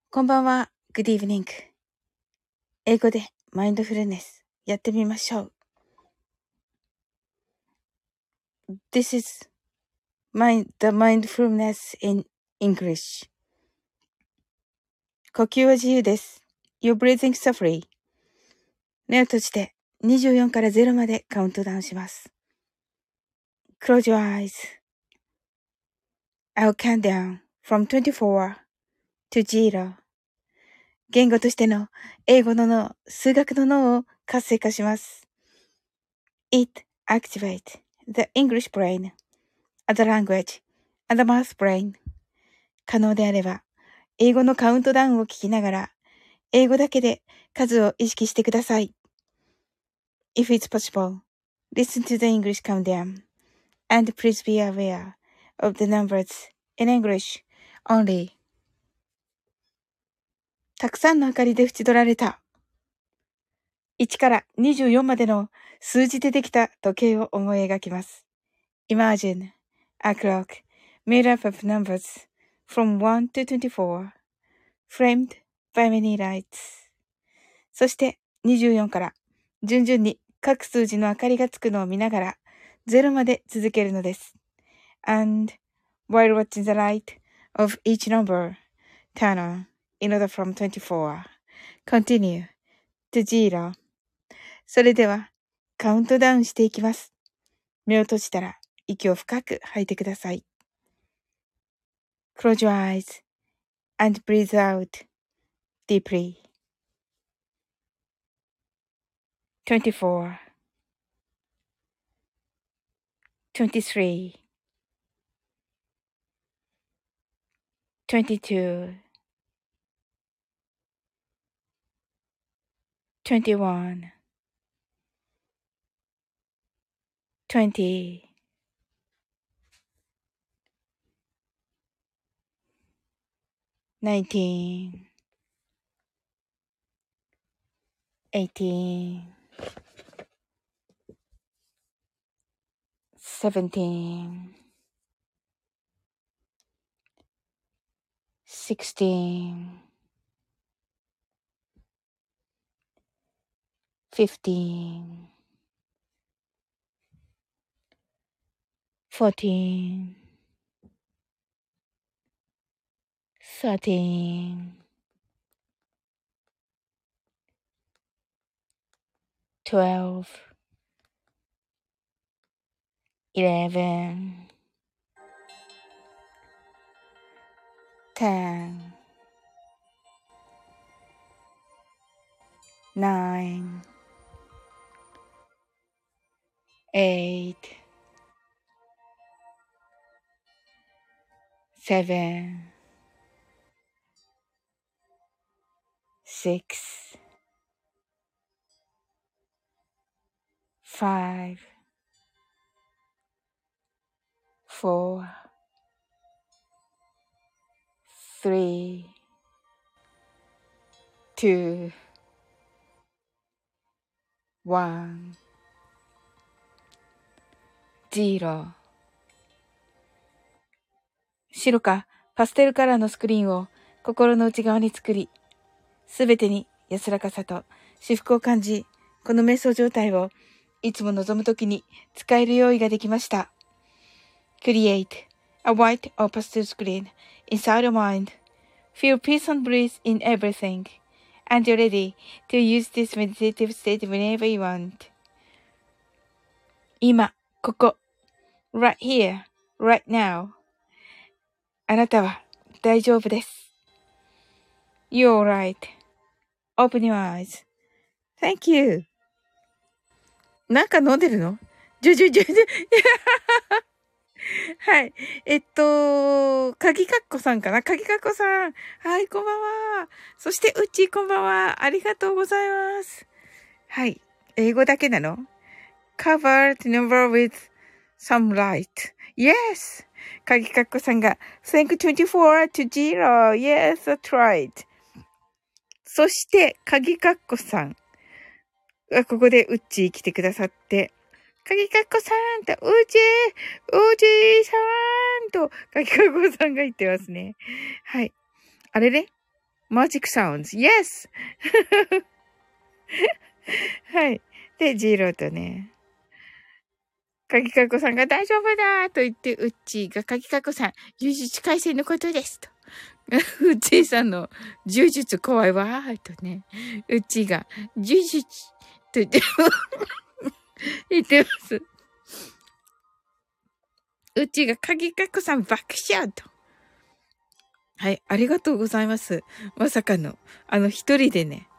こんばんは。Good evening. 英語でマインドフルネスやってみましょう。This is the mindfulness in English. 呼吸は自由です。You're breathing softly. 目を閉じて24から0までカウントダウンします。Close your eyes. I'll count down from 24 to 0. 言語としての英語の脳、数学の脳を活性化します。It activates the English brain, the language, and the math brain. 可能であれば、英語のカウントダウンを聞きながら、英語だけで数を意識してください。If it's possible, listen to the English countdown, and please be aware of the numbers in English only. たくさんの明かりで縁取られた。1から24までの数字でできた時計を思い描きます。Imagine a clock made up of numbers from 1 to 24, framed by many lights. そして24から順々に各数字の明かりがつくのを見ながら0まで続けるのです。And while watching the light of each number turn on in order from 24, continue to 0. それではカウントダウンしていきます。目を閉じたら息を深く吐いてください。Close your eyes and breathe out deeply. 24, 23, 22, 21, 20, 19, 18, 17, 16, 15, 14, 13, 12, 11, 10, 9, 8, 7, 6, 5, 4, 3, 2, 1, 0。白かパステルカラーのスクリーンを心の内側に作り、すべてに安らかさと至福を感じ、この瞑想状態をいつも望むときに使える用意ができました。Create a white or pastel screen inside your mind. Feel peace and bliss in everything. And you're ready to use this meditative state whenever you want. 今、ここ、right here, right now. あなたは大丈夫です。You're alright.Open your eyes. Thank you. なんか飲んでるの？じゅ。はい。鍵かっこさんかな？鍵かっこさん。はい、こんばんは。そして、うっちーこんばんは。ありがとうございます。はい。英語だけなの？ Covered number with some light. Yes. 鍵かっこさんが Thank 24 to 0. Yes, that's right. そして、鍵かっこさん。ここでうっちー来てくださって、鍵かっこさんと、うちさんと、鍵かっこさんが言ってますね。はい。あれね。 magic sounds. Yes! はい。で、ジーローとね、かぎかこさんが大丈夫だと言って、うっちーがかぎかこさん、呪術改正のことですと。うっちーさんの呪術怖いわーとね、うっちーが呪術と言って、言ってます。うちが鍵かっこさん爆笑と。はい、ありがとうございます。まさかの、一人でね、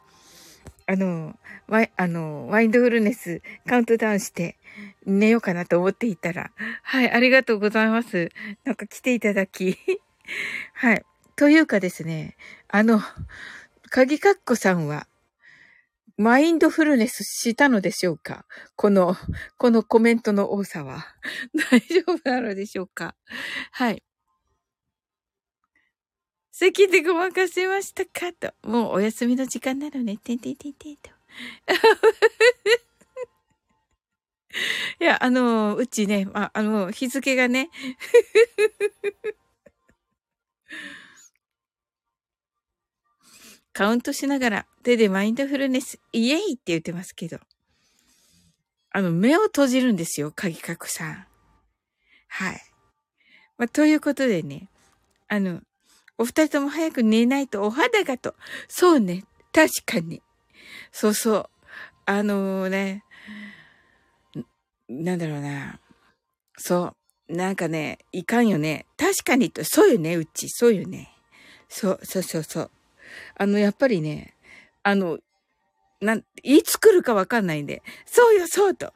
ワインドフルネスカウントダウンして寝ようかなと思っていたら、はい、ありがとうございます。なんか来ていただき。はい。というかですね、鍵かっこさんは、マインドフルネスしたのでしょうか？このコメントの多さは。大丈夫なのでしょうか？はい。席でごまかせましたかと。もうお休みの時間なのね。てんてんてんてんと。いや、うちね、日付がね、カウントしながら手でマインドフルネス、イエイって言ってますけど、目を閉じるんですよ、鍵かこさん。はい。ということでね、お二人とも早く寝ないとお肌がと。そうね、確かに。そうそう。ね、なんだろうな。そう。なんかね、いかんよね。確かにと、そうよね、うち。そうよね。そう、そうそうそう。やっぱりね、いつ来るかわかんないんで、そうよ、そうと。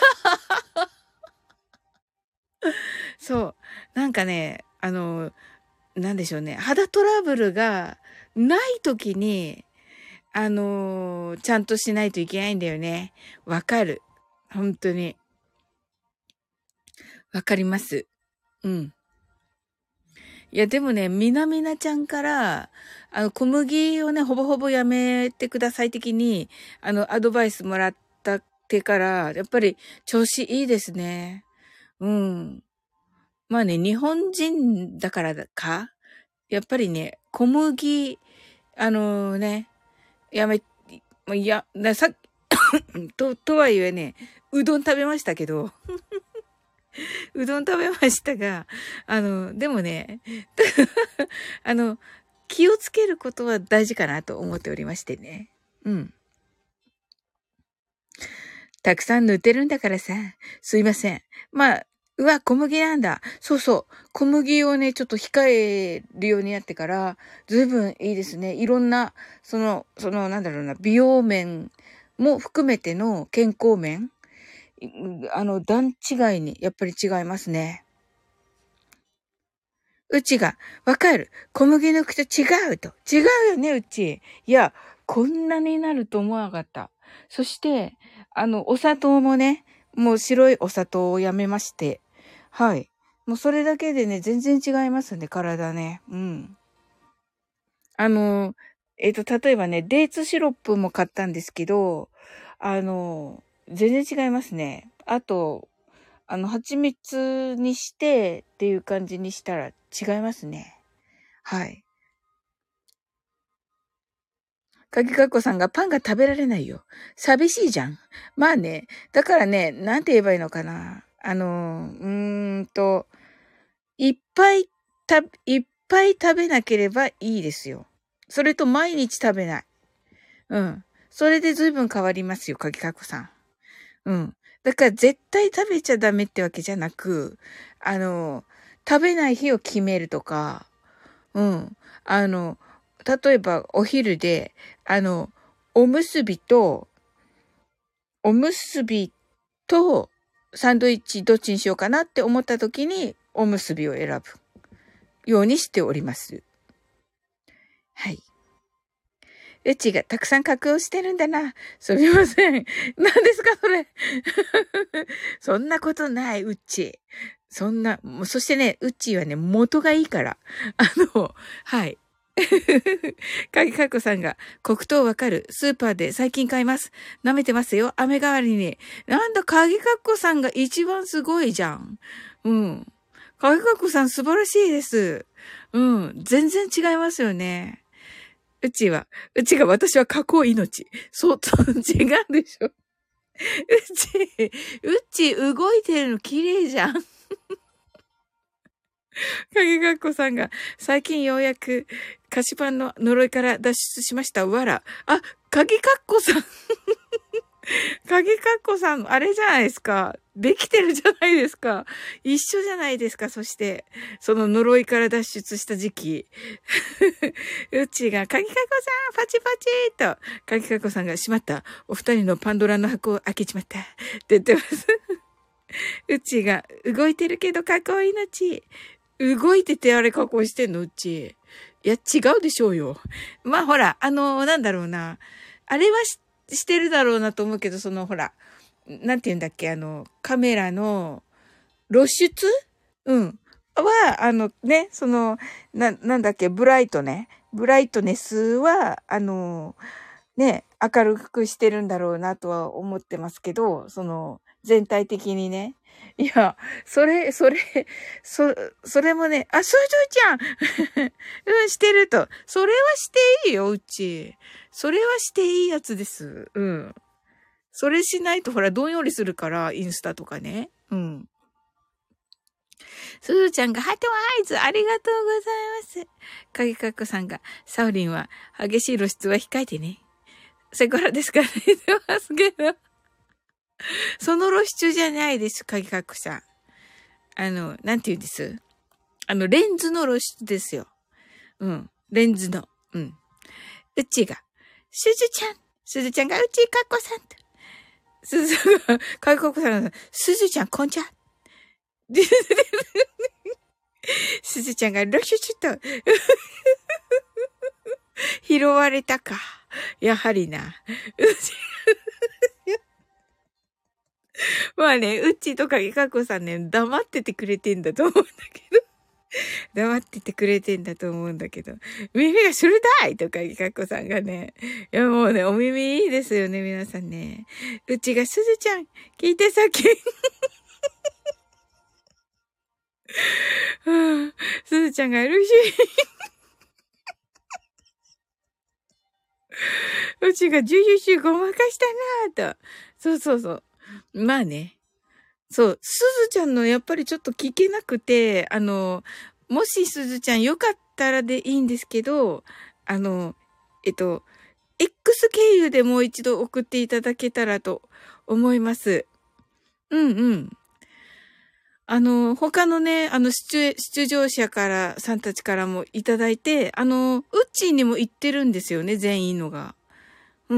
そう。なんかね、なんでしょうね。肌トラブルがない時に、ちゃんとしないといけないんだよね。わかる。本当に。わかります。うん。いや、でもね、みなみなちゃんから、小麦をね、ほぼほぼやめてください的に、アドバイスもらったってから、やっぱり調子いいですね。うん。まあね、日本人だからか、やっぱりね、小麦、ね、やめ、いや、とはいえね、うどん食べましたけど、うどん食べましたが、でもね、あの、気をつけることは大事かなと思っておりましてね。うん。たくさん塗ってるんだからさ、すいません。まあ、小麦なんだ。そうそう。小麦をね、ちょっと控えるようになってから、ずいぶんいいですね。いろんな、なんだろうな、美容面も含めての健康面、段違いに、やっぱり違いますね。うちが、わかる。小麦抜くと違うと。違うよね、うち。いや、こんなになると思わなかった。そして、お砂糖もね、もう白いお砂糖をやめまして。はい。もうそれだけでね、全然違いますね、体ね。うん。あの、例えばね、デーツシロップも買ったんですけど、全然違いますね。あと、蜂蜜にしてっていう感じにしたら違いますね。はい。かぎかっこさんがパンが食べられないよ。寂しいじゃん。まあね。だからね、なんて言えばいいのかな。いっぱい食べなければいいですよ。それと毎日食べない。うん。それで随分変わりますよ、かぎかっこさん。うん。だから絶対食べちゃダメってわけじゃなく、食べない日を決めるとか、うん。例えばお昼で、おむすびと、おむすびとサンドイッチどっちにしようかなって思った時におむすびを選ぶようにしております。はい。うちがたくさん格をしてるんだな。すみません。何ですかそれ。そんなことない、うち。そしてね、うちはね、元がいいから。はい。かぎかっこさんが、黒糖わかる。スーパーで最近買います。舐めてますよ。飴代わりに。なんだ、かぎかっこさんが一番すごいじゃん。うん。かぎかっこさん素晴らしいです。うん。全然違いますよね。 うちは、うちが私は過去命。そう、違うでしょ。ち、うち動いてるの綺麗じゃん。影がっこさんが、最近ようやく菓子パンの呪いから脱出しました。わら。あ、影かっこさん。影かっこさん、あれじゃないですか。できてるじゃないですか。一緒じゃないですか。そして、その呪いから脱出した時期。うちが、鍵かこさん、パチパチと、鍵かこさんがしまった。お二人のパンドラの箱を開けちまった。って言ってます。うちが、動いてるけど加工命。動いててあれ加工してんのうち。いや、違うでしょうよ。まあほら、なんだろうな。あれはしてるだろうなと思うけど、そのほら、なんて言うんだっけ、カメラの露出うん。は、ね、なんだっけ、ブライトね。ブライトネスは、ね、明るくしてるんだろうなとは思ってますけど、全体的にね。いや、そそれもね、あ、すずちゃんうん、してると。それはしていいよ、うち。それはしていいやつです。うん。それしないと、ほら、どんよりするから、インスタとかね。うん。すずちゃんがハートアイズありがとうございます。影かっこさんが、サウリンは激しい露出は控えてね。セクハラですから言ってますけど。その露出じゃないです、影かっこさん。なんて言うんですレンズの露出ですよ。うん。レンズの。うん。うちが、すずちゃんがうちかっこさんと。すずが、かっこさんが、すずちゃんこんちゃ。すずちゃんが露出と、拾われたか。やはりな。まあね、うっちーとかぎかこさんね、黙っててくれてんだと思うんだけど。黙っててくれてんだと思うんだけど。耳が鋭いとかぎかこさんがね。いやもうね、お耳いいですよね、皆さんね。うちがすずちゃん、聞いてさっき。すずちゃんがいるし。うちがジュジュジュごまかしたなぁと。そうそうそう。まあね。そう、すずちゃんのやっぱりちょっと聞けなくて、もしすずちゃんよかったらでいいんですけど、あの、えっと、X 経由でもう一度送っていただけたらと思います。うんうん。他のね、出場者さんたちからもいただいて、うっちーにも言ってるんですよね、全員のが。うん。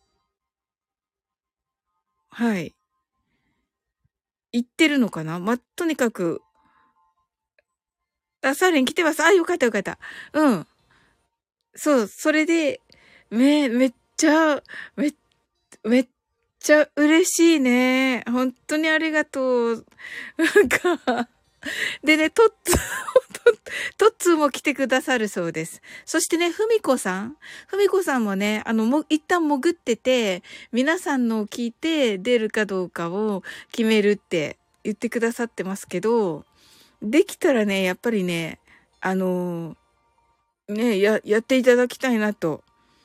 はい。言ってるのかなとにかく、サーレン来てます。あ、よかったよかった。うん。そう、それで、めっちゃ、め、めっちゃ嬉しいね。本当にありがとう。なんか、でね、トッツーも来てくださるそうです。そしてね、ふみこさんもね、一旦潜ってて、皆さんのを聞いて出るかどうかを決めるって言ってくださってますけど、できたらね、やっぱりね、あのやっていただきたいなと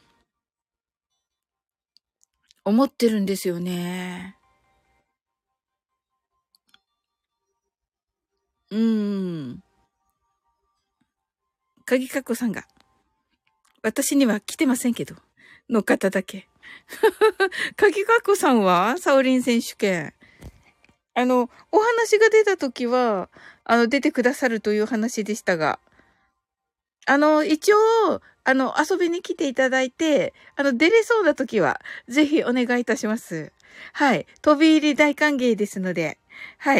思ってるんですよね。うーん。鍵かっこさんが、私には来てませんけど、の方だけ。鍵かっこさんはサオリン選手権。お話が出た時は、出てくださるという話でしたが、一応、遊びに来ていただいて、出れそうな時は、ぜひお願いいたします。はい。飛び入り大歓迎ですので、はい。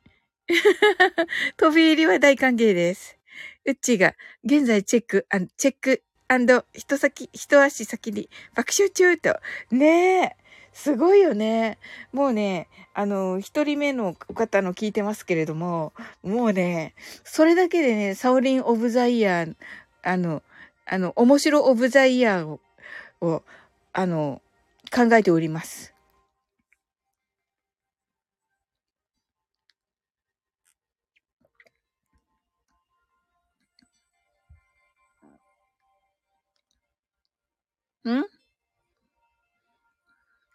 飛び入りは大歓迎です。うっちーが、現在チェック一足先に爆笑中と。ねえ。すごいよね。もうね、一人目の方の聞いてますけれども、もうね、それだけでね、サオリンオブザイヤー、あの、面白オブザイヤーをあの、考えております。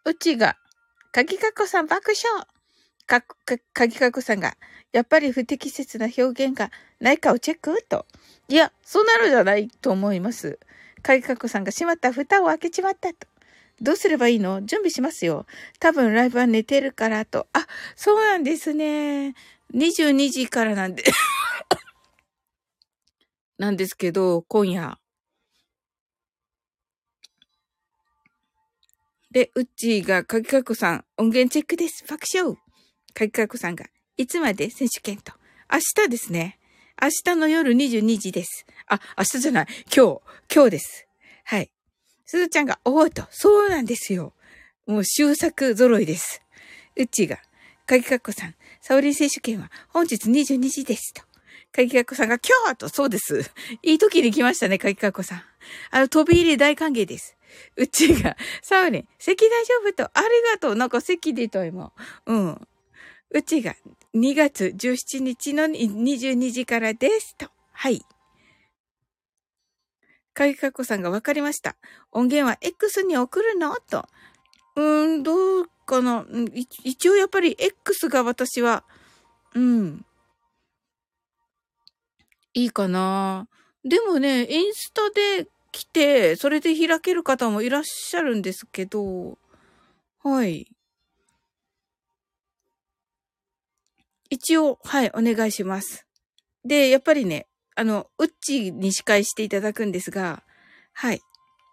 うちが、かぎかこさん爆笑。かぎかこさんが、やっぱり不適切な表現がないかをチェックと。いや、そうなるじゃないと思います。かぎかこさんがしまった蓋を開けちまったと。どうすればいいの？準備しますよ。多分ライブは寝てるからと。あ、そうなんですね。22時からなんで、なんですけど、今夜。で、うっちーが、かぎかこさん、音源チェックです。爆笑。かぎかこさんが、いつまで選手権と。明日ですね。明日の夜22時です。あ、明日じゃない。今日です。はい。すずちゃんが、おーと、そうなんですよ。もう終作揃いです。うっちーが、かぎかこさん、サオリン選手権は本日22時ですと。かぎかこさんが、今日と、そうです。いい時に来ましたね、かぎかこさん。飛び入り大歓迎です。うちが、サオリン、席大丈夫と、ありがとう。なんか席でと今。うん。うちが2月17日の22時からですと。はい。かぎかこさんがわかりました。音源は X に送るのと。どうかな。一応やっぱり X が私は、いいかな。でもね、インスタで来て、それで開ける方もいらっしゃるんですけど、はい。一応、はい、お願いします。で、やっぱりね、ウッチに司会していただくんですが、はい。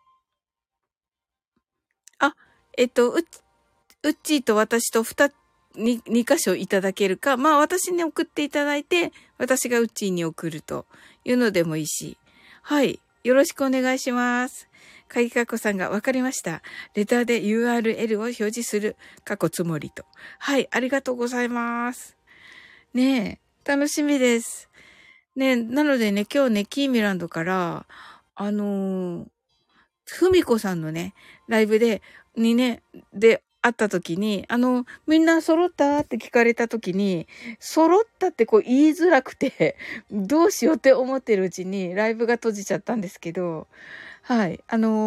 あ、ウッチーと私と二箇所いただけるか、まあ私に送っていただいて、私がウッチーに送るというのでもいいし、はい。よろしくお願いします。かぎかこさんがわかりました。レターで URL を表示する過去つもりと。はい。ありがとうございます。ねえ。楽しみです。ねえ。なのでね、今日ね、キーミランドから、ふみこさんのね、ライブで会った時に、みんな揃ったって聞かれた時に、揃ったってこう言いづらくて、どうしようって思ってるうちにライブが閉じちゃったんですけど、はい。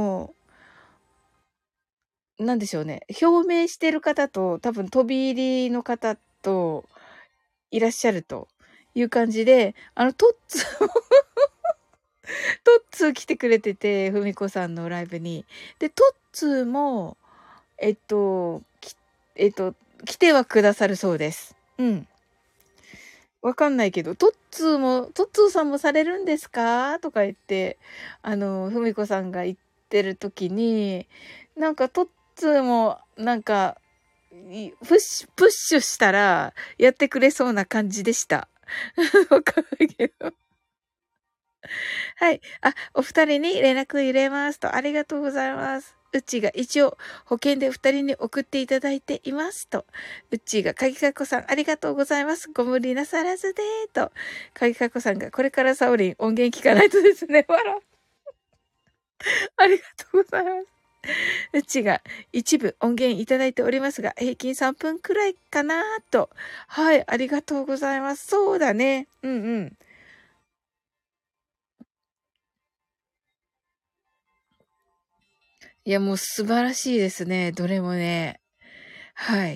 なんでしょうね。表明してる方と、多分飛び入りの方といらっしゃるという感じで、トッツトッツー来てくれてて、ふみこさんのライブに。で、トッツーも、えっと、き、えっと、来てはくださるそうです。うん。わかんないけど、トッツーさんもされるんですかとか言って、ふみこさんが言ってる時に、なんかトッツーも、なんか、プッシュしたら、やってくれそうな感じでした。わかんないけど。はい。あ、お二人に連絡入れますと、ありがとうございます。うちが一応保険で二人に送っていただいていますと。うちがかぎかこさんありがとうございます。ご無理なさらずでと。かぎかこさんがこれからサオリン音源聞かないとですね。わら。ありがとうございます。うちが一部音源いただいておりますが、平均3分くらいかなと。はい。ありがとうございます。そうだね。うんうん。いや、もう素晴らしいですね。どれもね。はい。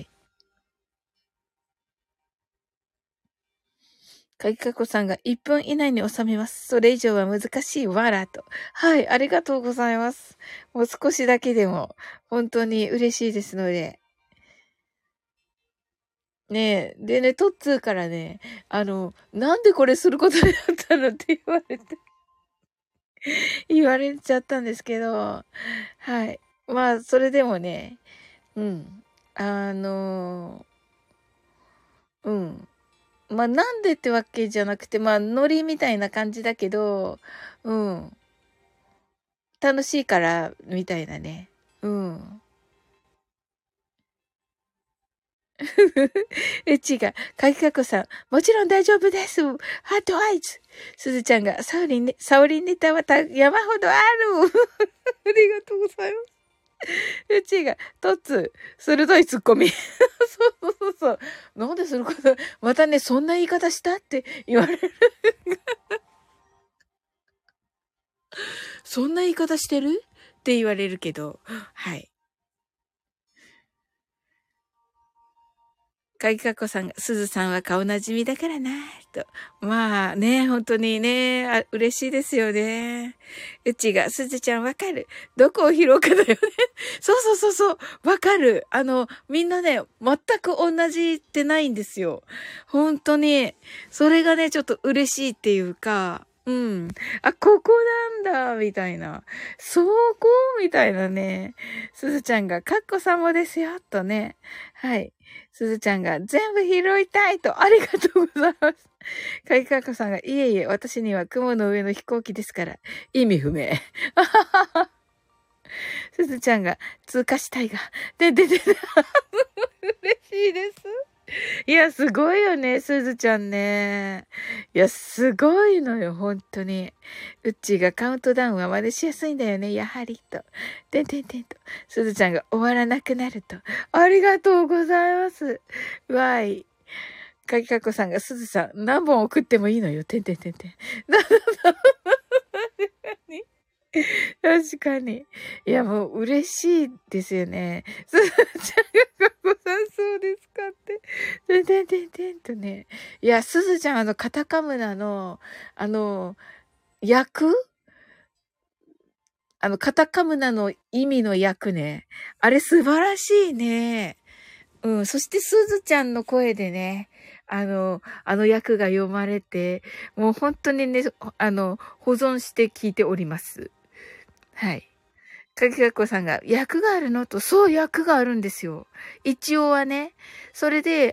かぎかこさんが1分以内に収めます。それ以上は難しいわらと。はい、ありがとうございます。もう少しだけでも本当に嬉しいですので。ねえ、でね、トッツーからね、なんでこれすることになったのって言われちゃったんですけど、はい。まあ、それでもね、うん。あの、うん。まあ、なんでってわけじゃなくて、まあ、ノリみたいな感じだけど、うん。楽しいから、みたいなね。うん。うちが、かきかこさん、もちろん大丈夫です。ハートアイズ。すずちゃんが、サオリンネタは山ほどある。ありがとうございます。うちが、トッツ、鋭いツッコミ。そう。なんですること、またね、そんな言い方したって言われる。そんな言い方してるって言われるけど、はい。 かぎかこさんが、すずさんは顔なじみだからな、と。まあね、本当にね、嬉しいですよね。うちが、すずちゃんわかる。どこを拾うかだよね。そうそうそうそう、わかる。みんなね、全く同じってないんですよ。本当に。それがね、ちょっと嬉しいっていうか、うん。あ、ここなんだ、みたいな。そこみたいなね。すずちゃんが、かっこ様ですよ、とね。はい。すずちゃんが、全部拾いたいと、ありがとうございます。かぎかこさんが、いえいえ、私には雲の上の飛行機ですから、意味不明。すずちゃんが、通過したいが、嬉しいです。いや、すごいよね、すずちゃんね。いや、すごいのよ、本当に。うっちーがカウントダウンは真似しやすいんだよね、やはりと。と。すずちゃんが終わらなくなると。ありがとうございます。わい。かきかこさんが、すずさん、何本送ってもいいのよ、確かに。いや、もう嬉しいですよね。すずちゃんが、かこさんそうですかって。とね。いや、すずちゃん、カタカムナの、役カタカムナの意味の役ね。あれ素晴らしいね。うん。そして、すずちゃんの声でね、役が読まれて、もう本当にね、保存して聞いております。はい。かきかこさんが、役があるのと、そう、役があるんですよ。一応はね。それで、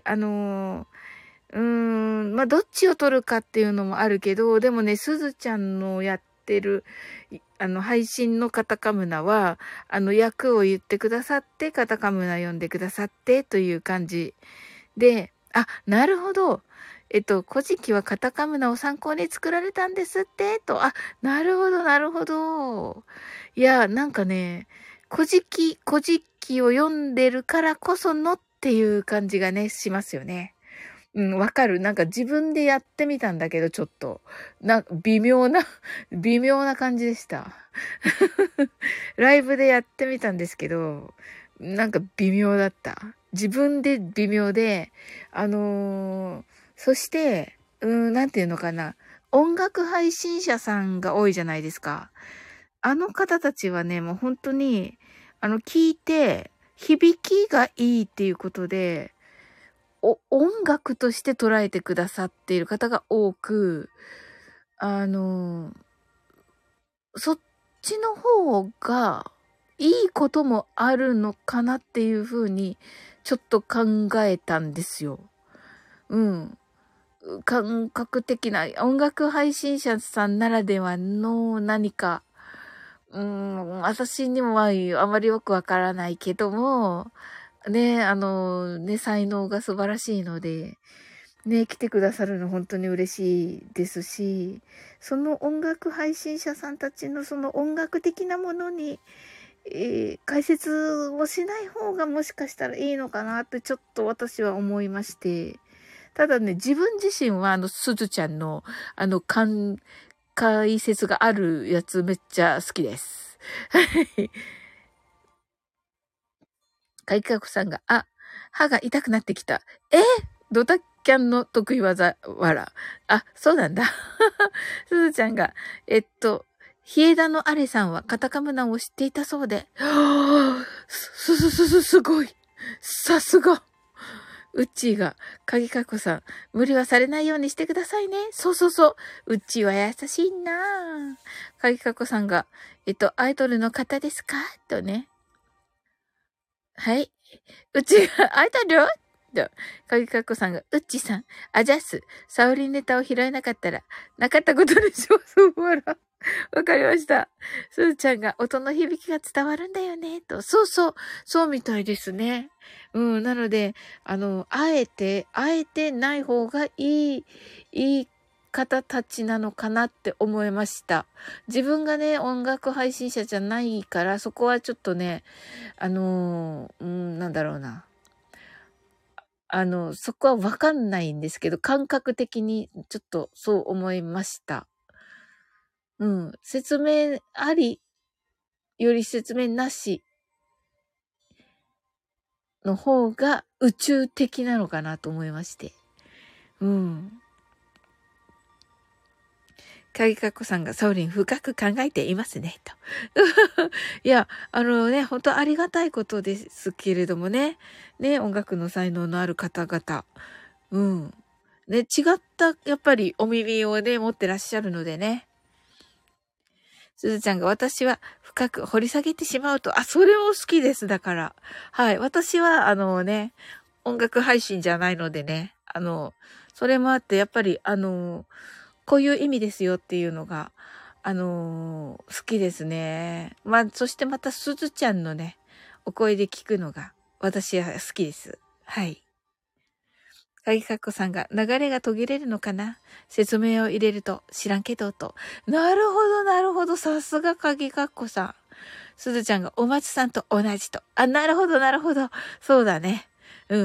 まあ、どっちを取るかっていうのもあるけど、でもね、すずちゃんのやってる、配信のカタカムナは、役を言ってくださって、カタカムナ読んでくださって、という感じで、あ、なるほど。古事記はカタカムナを参考に作られたんですって、と、あ、なるほど、なるほど。いや、なんかね、古事記を読んでるからこそのっていう感じがね、しますよね。うん、わかる。なんか自分でやってみたんだけど、ちょっと。微妙な微妙な感じでした。ライブでやってみたんですけど、なんか微妙だった。自分で微妙で、そして、なんていうのかな。音楽配信者さんが多いじゃないですか。あの方たちはね、もう本当に、聞いて、響きがいいっていうことで、音楽として捉えてくださっている方が多く、あの、そっちの方がいいこともあるのかなっていうふうにちょっと考えたんですよ。うん。感覚的な音楽配信者さんならではの何か、私にもはあまりよくわからないけども、ね、才能が素晴らしいので、ね、来てくださるの本当に嬉しいですし、その音楽配信者さんたちのその音楽的なものに、解説をしない方がもしかしたらいいのかなってちょっと私は思いまして。ただね、自分自身はすずちゃんの、解説があるやつめっちゃ好きです。はい。かいかこさんが、あ、歯が痛くなってきた。ドタキャンの得意技、わら。あ、そうなんだ。すずちゃんが、ヒエダのアレさんはカタカムナを知っていたそうで、すごい。さすが。うっちーが、かぎかこさん、無理はされないようにしてくださいね。そうそうそう。うっちーは優しいなぁ。かぎかこさんが、アイドルの方ですかとね。はい。うちが、アイドルと、かぎかこさんが、うっちさん、あざっす。サオリンネタを拾えなかったら、なかったことにします。ほら。わかりました。すずちゃんが、音の響きが伝わるんだよね、と。そうそう。そうみたいですね。なので、あえてない方がいい方たちなのかなって思いました。自分がね、音楽配信者じゃないから、そこはちょっとね、なんだろうな。そこはわかんないんですけど、感覚的にちょっとそう思いました。うん。説明ありより説明なしの方が宇宙的なのかなと思いまして。うん。かぎかっこさんがサオリン深く考えていますね、と。いや、本当ありがたいことですけれどもね。ね、音楽の才能のある方々。うん。ね、違った、やっぱりお耳をね、持ってらっしゃるのでね。すずちゃんが私は深く掘り下げてしまうと、それも好きです。だから。はい。私は、音楽配信じゃないのでね。それもあって、やっぱり、こういう意味ですよっていうのが、好きですね。まあ、そしてまたすずちゃんのね、お声で聞くのが、私は好きです。はい。かぎかっこさんが流れが途切れるのかな、説明を入れると知らんけどと。なるほど、なるほど。さすがかぎかっこさん。すずちゃんがお松さんと同じと。なるほど、なるほど。そうだね。うん。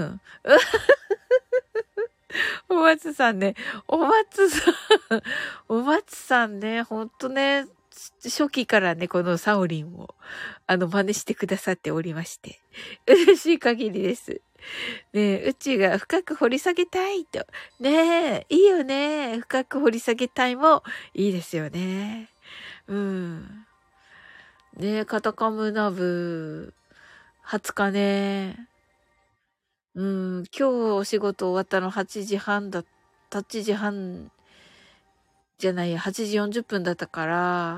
お松さんね。お松さん。お松さんね。ほんとね。初期からね、このサオリンを、真似してくださっておりまして。嬉しい限りです。ねえ、うちが深く掘り下げたいと。ねえ、いいよね。深く掘り下げたいもいいですよね。うん。ねえ、カタカムナ部、20日ね。うん、今日お仕事終わったの8時半8時半じゃないや、8時40分だったから、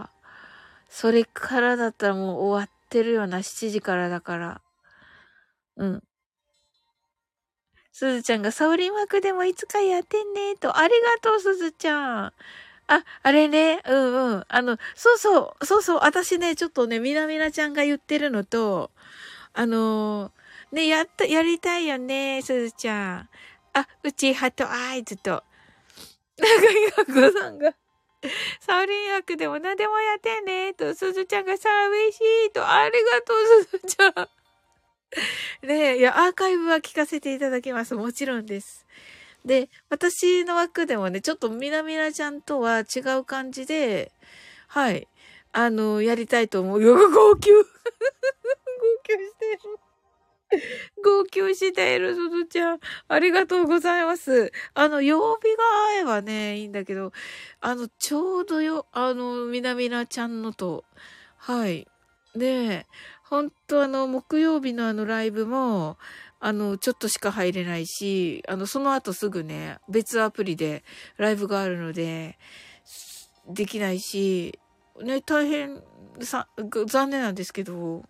それからだったらもう終わってるよな、7時からだから。うん。すずちゃんがサオリン枠でもいつかやってね、と。ありがとう、すずちゃん。あれね、うんうん。そうそう、私ね、ちょっとね、みなみなちゃんが言ってるのと、ね、やりたいよね、すずちゃん。うち、ハートアイズと、中井学さんが、サウリン役でも何でもやってね、と、すずちゃんがさ、嬉しい、と、ありがとう、すずちゃん。ねえ、いや、アーカイブは聞かせていただきます。もちろんです。で、私の枠でもね、ちょっとみなみなちゃんとは違う感じで、はい。やりたいと思うよ。号泣してる。号泣している、すずちゃん。ありがとうございます。曜日が合えばね、いいんだけど、ちょうどよ、みなみなちゃんのと、はい。で、本当木曜日のライブも、ちょっとしか入れないし、その後すぐね、別アプリでライブがあるので、できないし、ね、大変残念なんですけど、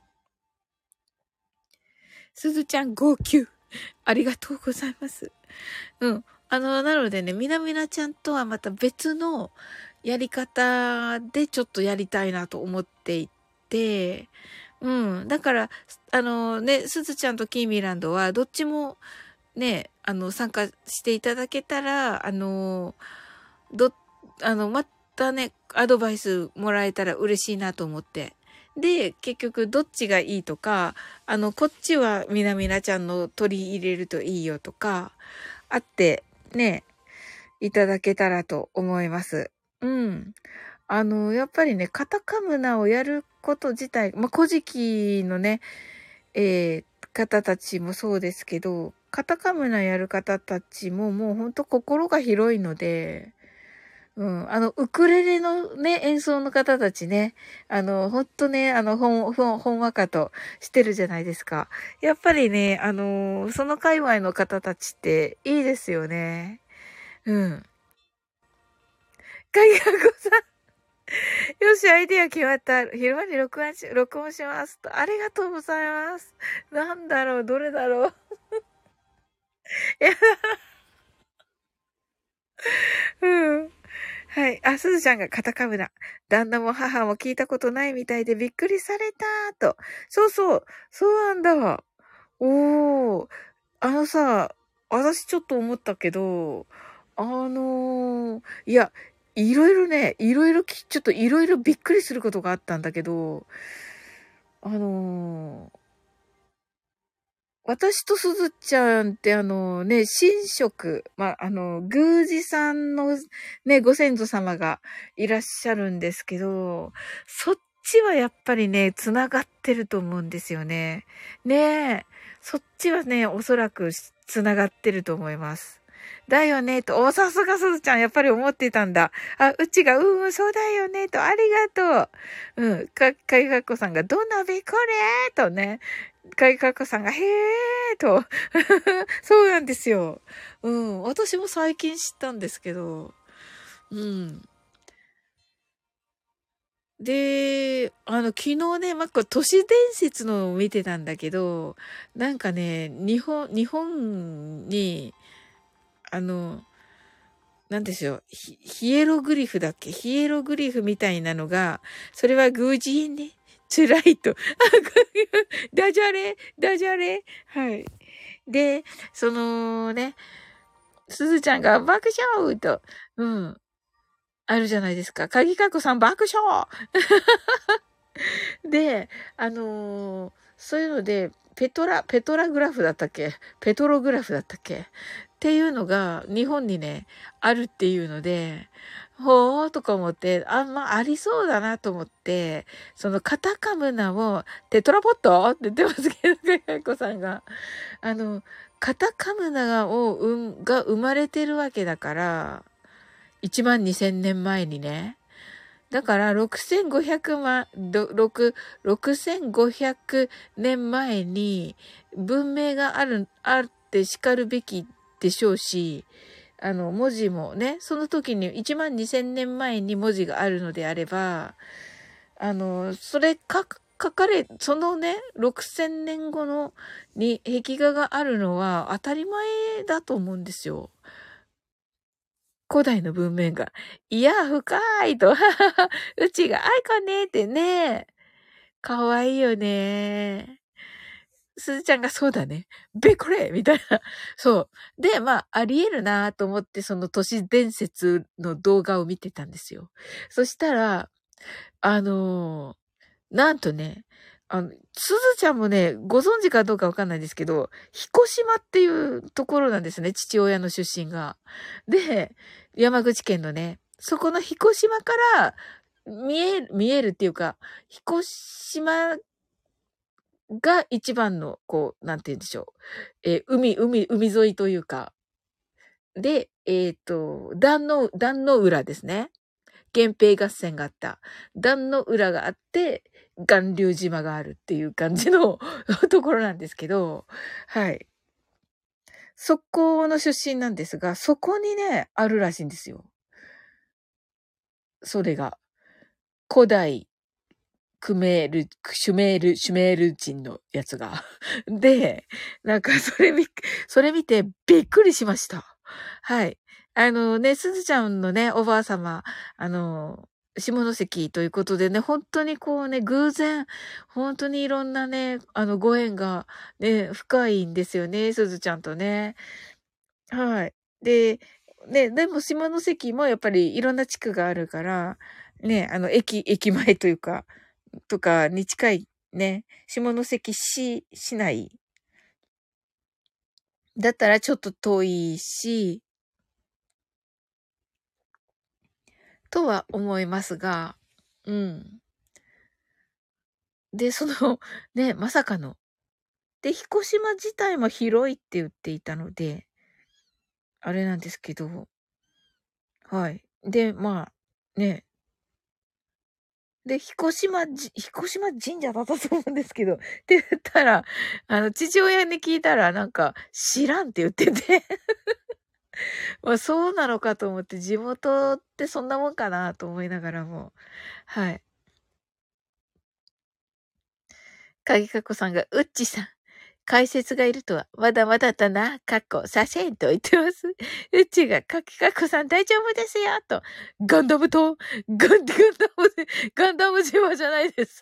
すずちゃん号泣。ありがとうございます。うん。なのでね、みなみなちゃんとはまた別のやり方でちょっとやりたいなと思っていて、うん。だから、ね、すずちゃんとキーミランドはどっちもね、参加していただけたら、ど、またね、アドバイスもらえたら嬉しいなと思って。で、結局どっちがいいとか、こっちはみなみなちゃんの取り入れるといいよとか、あってね、いただけたらと思います。うん。やっぱりね、カタカムナをやること自体、古事記のね、方たちもそうですけど、カタカムナやる方たちももうほんと心が広いので、うん。ウクレレのね、演奏の方たちね、ほんとね、ほんわかとしてるじゃないですか。やっぱりね、その界隈の方たちっていいですよね。うん。かぎかこさん。よし、アイディア決まった。昼間に録音しますと。ありがとうございます。なんだろう、どれだろう。いや、うん。はい。すずちゃんがカタカムナ。旦那も母も聞いたことないみたいでびっくりされたと。そうそう。そうなんだ。おー。さ、私ちょっと思ったけど、いや、いろいろね、ちょっといろいろびっくりすることがあったんだけど、あのー私とすずちゃんってね、神職、宮司さんのね、ご先祖様がいらっしゃるんですけど、そっちはやっぱりね、つながってると思うんですよね。ねえ。 そっちはね、おそらくつながってると思います。だよね、と。さすがすずちゃん、やっぱり思ってたんだ。うちが、そうだよね、と。ありがとう。かいがっこさんが、ど鍋これとね。かいがっこさんが、へーと。そうなんですよ。私も最近知ったんですけど。うん。で、昨日ね、都市伝説のを見てたんだけど、なんかね、日本に、あの、なんでしょう、ヒエログリフだっけ、ヒエログリフみたいなのが、それは偶然ね、辛いと。ダジャレ、ダジャレ。はい。で、そのね、すずちゃんが爆笑と、あるじゃないですか。鍵かっこさん爆笑で、そういうので、ペトラグラフだったっけ、ペトログラフだったっけっていうのが日本にね、あるっていうので、ほーとか思って、ありそうだなと思って、そのカタカムナをテトラポットって言ってますけど、かやこさんが。あの、カタカムナが生まれてるわけだから、12000年前にね。だから6500年前に文明があって叱るべきでしょうし、文字もね、その時に12000年前に文字があるのであれば、そのね、6000年後に壁画があるのは当たり前だと思うんですよ。古代の文面が。いや、深いと。うちが、あいかねってね。かわいいよね。すずちゃんがそうだね。これみたいな。そう。で、あり得るなと思って、その都市伝説の動画を見てたんですよ。そしたら、なんとね、すずちゃんもね、ご存知かどうかわかんないですけど、彦島っていうところなんですね、父親の出身が。で、山口県のね、そこの彦島から見えるっていうか、彦島が一番の、なんて言うんでしょう。海沿いというか、で、壇の浦ですね。源平合戦があった。壇の浦があって、巌流島があるっていう感じのところなんですけど、はい。そこの出身なんですが、そこにね、あるらしいんですよ。それが。古代、シュメール人のやつが。で、なんかそれ見てびっくりしました。はい。すずちゃんのね、おばあ様、下関ということでね、本当に偶然、本当にいろんなね、ご縁がね、深いんですよね、すずちゃんとね。はい。で、ね、でも下関もやっぱりいろんな地区があるから、ね、駅前というか、とかに近いね、下関市内だったらちょっと遠いし、とは思いますが、うん。で、ね、まさかの。で、彦島自体も広いって言っていたので、あれなんですけど、はい。で、ね、で、彦島神社だったと思うんですけど、って言ったら、父親に聞いたら、なんか、知らんって言っててそうなのかと思って、地元ってそんなもんかなと思いながらも、はい。かかこさんが、うっちさん、解説がいるとは、まだまだだな、させんと言ってます。うっちが、かこさん大丈夫ですよ、と。ガンダムと、ガンダム島じゃないです。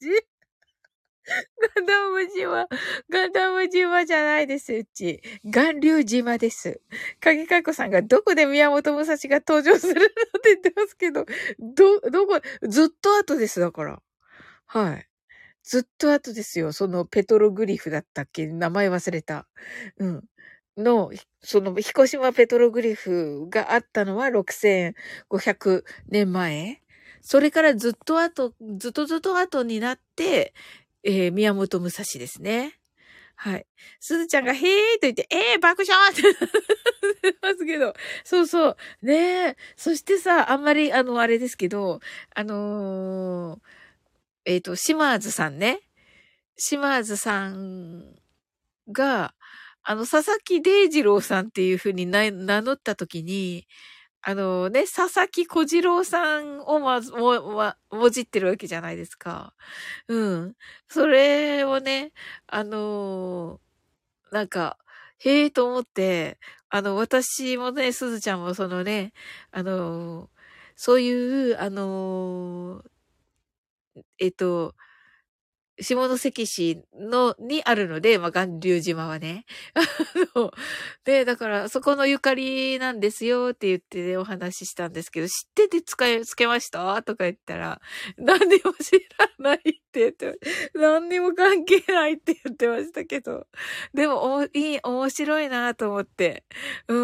ガンダム島じゃないです、うち。巌流島です。鍵かっこさんがどこで宮本武蔵が登場するのって言ってますけど、ずっと後です、だから。はい。ずっと後ですよ。そのペトログリフだったっけ、名前忘れた。うん。その、彦島ペトログリフがあったのは6500年前。それからずっと後になって、宮本武蔵ですね。 はい。すずちゃんがへーと言って、爆笑ってなってますけど。そうそう。ねえ。そしてさ、あんまり、あれですけど、あの島津さんね。島津さんが、佐々木デイジローさんっていう風に名乗った時に、佐々木小次郎さんをもじってるわけじゃないですか。うん。それをね、あのなんか、へえと思って、私もね、すずちゃんもそのね、あのそういう、えっと、下関市にあるので、まあ、巌流島はね。ので、だから、そこのゆかりなんですよって言ってね、お話ししたんですけど、知っててつけましたとか言ったら、何にも知らないって言って、何にも関係ないって言ってましたけど、でも、面白いなと思って、うん。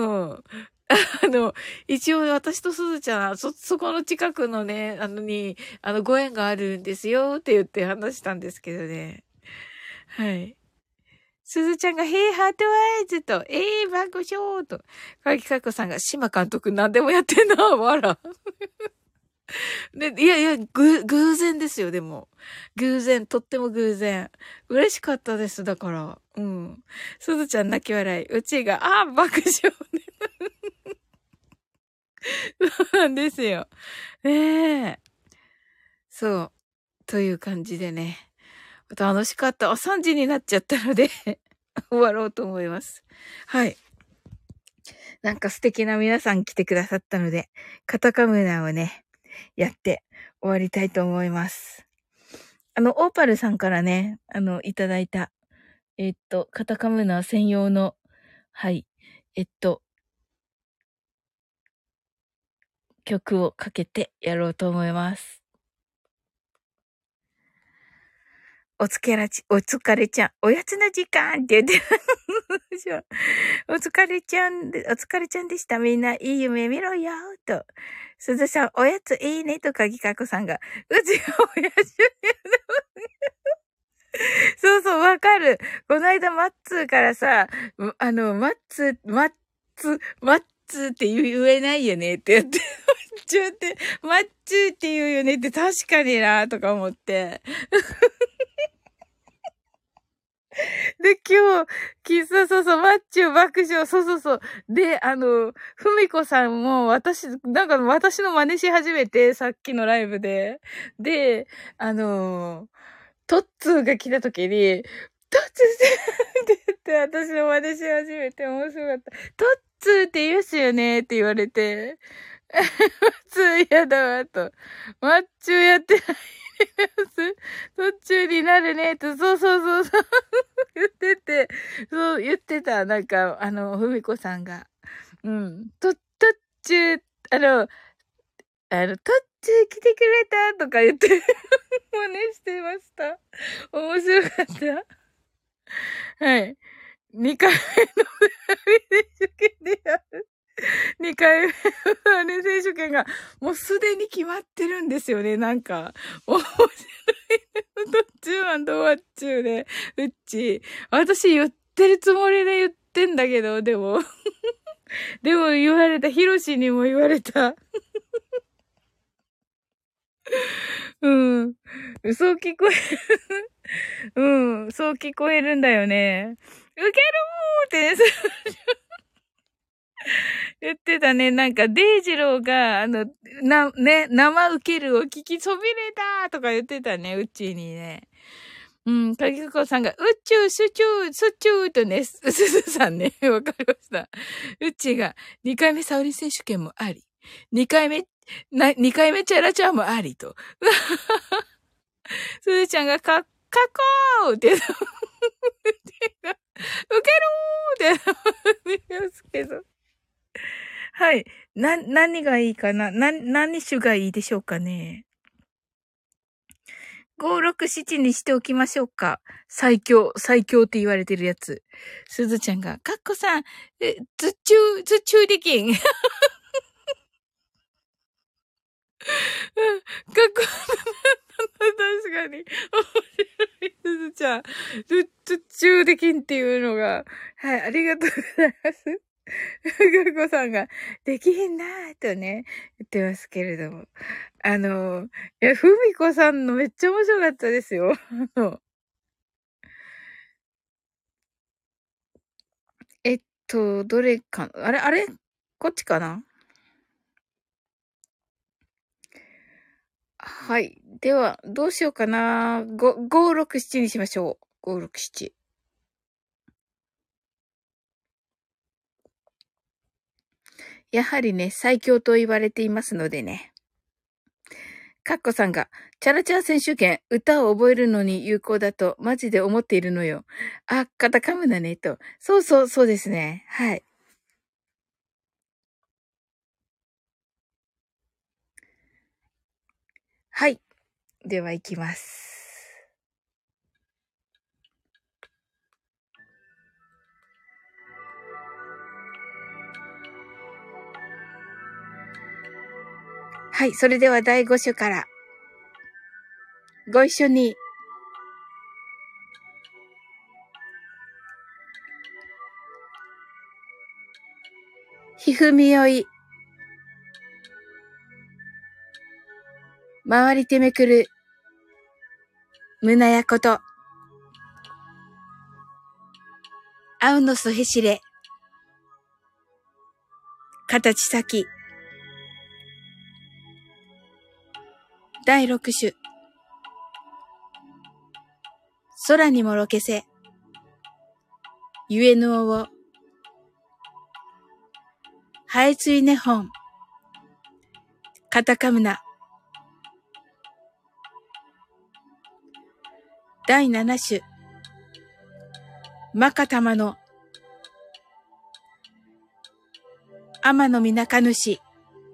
一応私とすずちゃん、そこの近くのね、ご縁があるんですよって言って話したんですけどね。はい。すずちゃんが、ヘイハートワイズと、爆笑と、かきかこさんが、島監督何でもやってんな、わら。で、いやいや、偶然ですよ、でも。偶然、とっても偶然。嬉しかったです、だから。うん。すずちゃん泣き笑い。うちが、爆笑ね。そうなんですよ。ねえ。そう。という感じでね。楽しかった。3時になっちゃったので終わろうと思います。はい。なんか素敵な皆さん来てくださったので、カタカムナをね、やって終わりたいと思います。オーパルさんからね、いただいた、カタカムナ専用の、はい、曲をかけてやろうと思います。お疲れちゃん、おやつの時間って言ってお疲れちゃんでした。みんないい夢見ろよ、と。すずさん、おやついいね、とかぎかこさんが、うちがおやつそうそう、わかる。この間、マッツーからさ、マッツーって言えないよねって言って、マッチューって言うよねって確かにな、とか思って。で、今日、そうそう、マッチョ爆笑、そうそうそう。で、ふみこさんもなんか私の真似し始めて、さっきのライブで。で、トッツーが来た時に、トッツーって言って私の真似し始めて面白かった。トッツーって言うしよねって言われて、マッツー嫌だわ、と。マッチョやってないです。途中になるね、と、そうそうそうそう。言ってて、そう言ってた、なんか、ふみこさんが。うん。途中、途中来てくれたとか言って真似してました。面白かった。はい。2回目の選手権でやる。2回目の選手権が、もうすでに決まってるんですよね、なんか。面白い。途中ドア中で、うっち。私言ってるつもりで言ってんだけど、でも言われた。ヒロシにも言われた。うん。そう聞こえる。うん。そう聞こえるんだよね。ウケるーってね、言ってたね。なんか、デイジローが、生ウケるを聞きそびれたとか言ってたね、うちにね。うん、かぎこさんが、宇宙、スチューとね、すずさんね、わかりました。うちが、2回目サオリン選手権もあり、2回目チャラチャーもありと。すずちゃんが、かこーって、ウケるーって言いますけど。はい。何がいいかな何種がいいでしょうかね。567にしておきましょうか。最強って言われてるやつ。すずちゃんが、かっこさん、頭中力。かっこ、確かに。面白い、すずちゃん。 中できんっていうのが、はい、ありがとうございます。ガコさんが、できひんなーとね、言ってますけれども。いや、ふみこさんのめっちゃ面白かったですよ。どれか、あれこっちかな。はい。では、どうしようかな。567にしましょう。567。やはりね、最強と言われていますのでね。カッコさんが、チャラチャラ選手権、歌を覚えるのに有効だと、マジで思っているのよ。あ、カタカムだね、と。そうそう、そうですね。はい。はい。では、行きます。はい。それでは、第5種から、ご一緒に。ひふみよい。回りてめくる。胸やこと。あうのそへしれ。形先。第6種。空にもろけせ。ゆえぬおを。はえついねほん。カタカムナ。第7種。マカタマの。天のみなかぬし。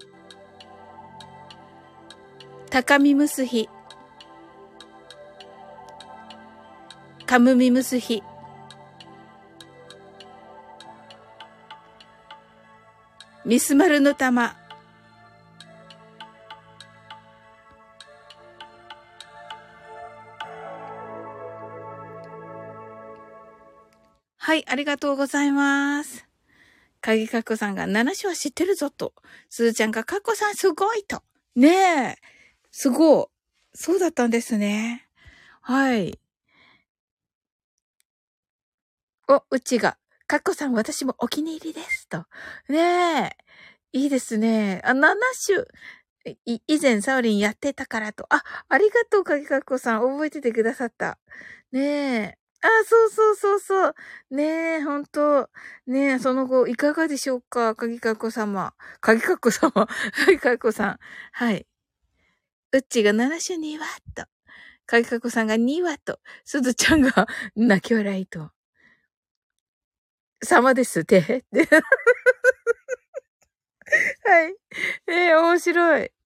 高みむすひ。かむみむすひ。ミスマルの玉。はい、ありがとうございます。かぎかっこさんが7種は知ってるぞと。すずちゃんがかっこさんすごいと。ねえ。すごい。そうだったんですね。はい。うちが。かっこさん私もお気に入りです。と。ねえ。いいですね。7種。以前サオリンやってたからと。ありがとう、かぎかっこさん。覚えててくださった。ねえ。そうそうそうそう。ねえ、ほんと。ねえ、その後、いかがでしょうか、かぎかっこ様。かぎかっこ様。かぎかっこさん。はい。うっちが7種2ワット。かぎかっこさんが2ワット。すずちゃんが泣き笑いと。様ですって。はい。面白い。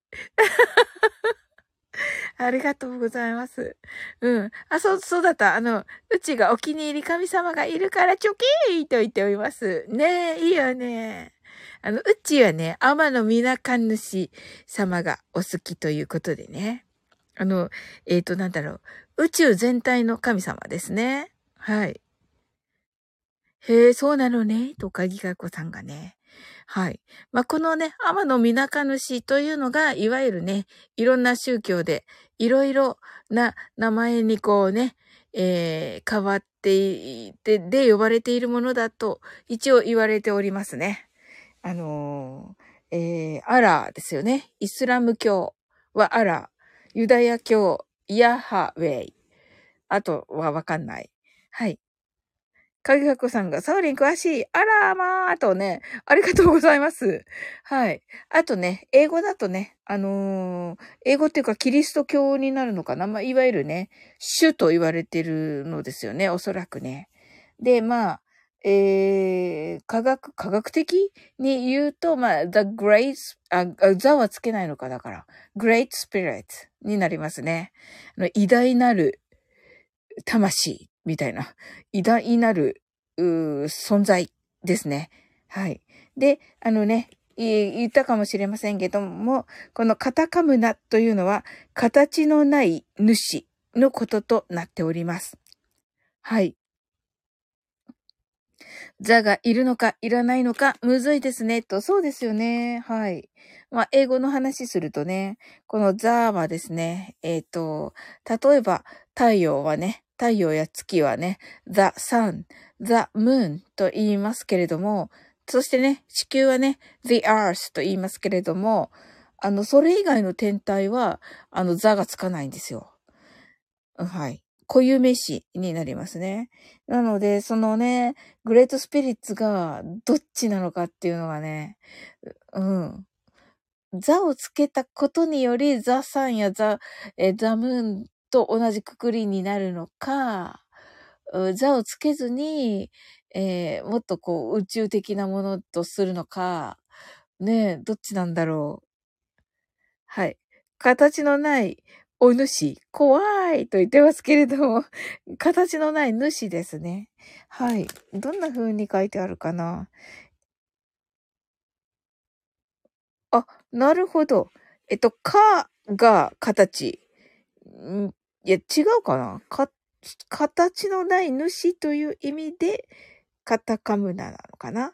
ありがとうございます。うん。そうだった。うちがお気に入り神様がいるからチョキーと言っております。ねえ、いいよね。うちはね、天のみなか主様がお好きということでね。なんだろう。宇宙全体の神様ですね。はい。へえ、そうなのね。と、かぎかこさんがね。はい。このね、天のみなか主というのが、いわゆるね、いろんな宗教で、いろいろな名前にこうね、変わっていて、で呼ばれているものだと、一応言われておりますね。アラーですよね。イスラム教はアラー。ユダヤ教、ヤハウェイ。あとはわかんない。はい。かぎかこさんが、サウリン詳しい。あらまーとね、ありがとうございます。はい。あとね、英語だとね、英語っていうかキリスト教になるのかな。いわゆるね、主と言われてるのですよね、おそらくね。で、科学的に言うと、the great, the はつけないのか、だから、great spirit になりますね。偉大なる魂みたいな、偉大なる、存在ですね。はい。で、言ったかもしれませんけども、このカタカムナというのは、形のない主のこととなっております。はい。 ザがいるのかいらないのかむずいですね。と、そうですよね。はい。まあ、英語の話するとね、このザはですね、例えば太陽はね、太陽や月はね、the sun, the moon と言いますけれども、そしてね、地球はね、the earth と言いますけれども、それ以外の天体は、ザがつかないんですよ。はい。固有名詞になりますね。なので、そのね、グレートスピリッツがどっちなのかっていうのがね、うん。ザをつけたことにより、ザ・サンやザ・ムーンと同じくくりになるのか、ザをつけずに、もっとこう宇宙的なものとするのか、ねえ、どっちなんだろう。はい。形のないお主、怖いと言ってますけれども、形のない主ですね。はい。どんな風に書いてあるかな。あ、なるほど。かが形。いや、違うかな形のない主という意味で、カタカムナなのかな。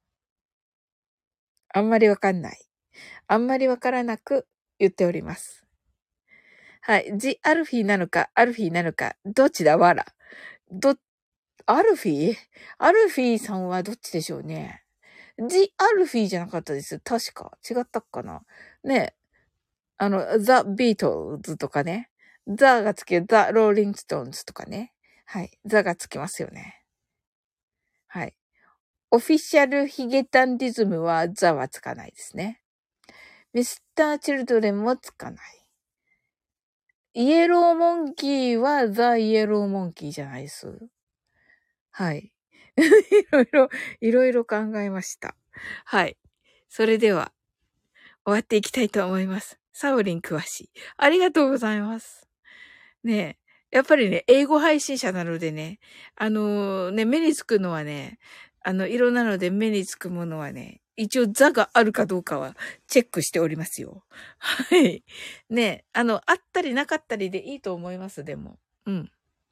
あんまりわかんない。あんまりわからなく言っております。はい。ジ・アルフィーなのか、アルフィーなのか、どっちだわら。アルフィーアルフィーさんはどっちでしょうね。ジ・アルフィーじゃなかったです。確か。違ったかな。ね。ザ・ビートルズとかね。ザがつけ、ザ・ローリングストーンズとかね。はい。ザがつきますよね。はい。オフィシャルヒゲタンディズムはザはつかないですね。ミスター・チルドレンもつかない。イエローモンキーはザ・イエローモンキーじゃないです。はい。いろいろ考えました。はい。それでは、終わっていきたいと思います。サウリン詳しい。ありがとうございます。ねえ。やっぱりね、英語配信者なのでね、目につくのはね、いろんなので目につくものはね、一応座があるかどうかはチェックしておりますよ。はい。ねえ、あったりなかったりでいいと思います、でも。うん。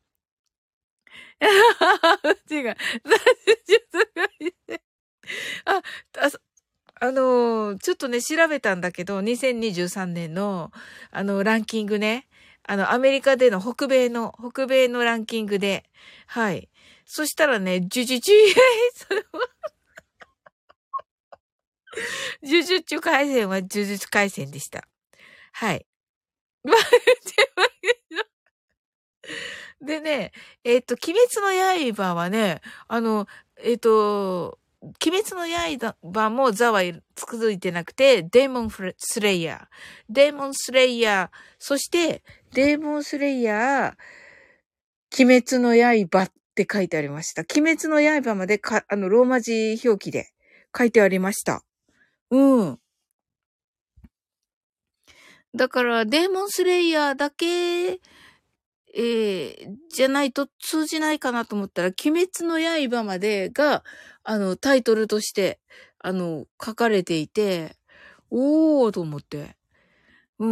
違う。あ、あ、ちょっとね、調べたんだけど、2023年の、ランキングね。アメリカでの北米のランキングで、はい。そしたらね、呪術回戦は呪術回戦でした。はい。でね、鬼滅の刃はね、鬼滅の刃もザは続いてなくて、デーモンスレイヤー。デーモンスレイヤー、そして、デーモンスレイヤー、鬼滅の刃って書いてありました。鬼滅の刃までローマ字表記で書いてありました。うん。だから、デーモンスレイヤーだけじゃないと通じないかなと思ったら、鬼滅の刃までが、タイトルとして、書かれていて、おーと思って。うん。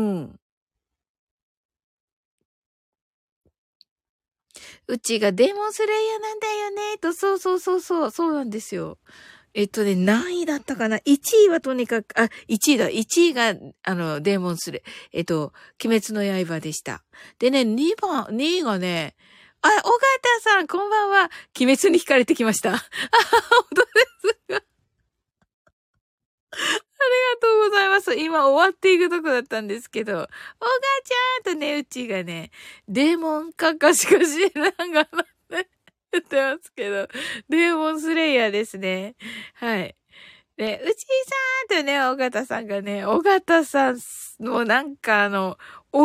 うちがデーモンスレイヤーなんだよね、と、そうなんですよ。何位だったかな？ 1 位はとにかく、1位だ。1位が、デーモンスレイ、鬼滅の刃でした。でね、2位がね、尾形さん、こんばんは。鬼滅に惹かれてきました。本当ですか？ありがとうございます。今終わっていくとこだったんですけど、おがちゃんとね、うちがね、デーモンカカしか知らんがなって言ってますけど、デーモンスレイヤーですね。はい。で、うちさんとね、尾形さんがね、尾形さんのなんか尾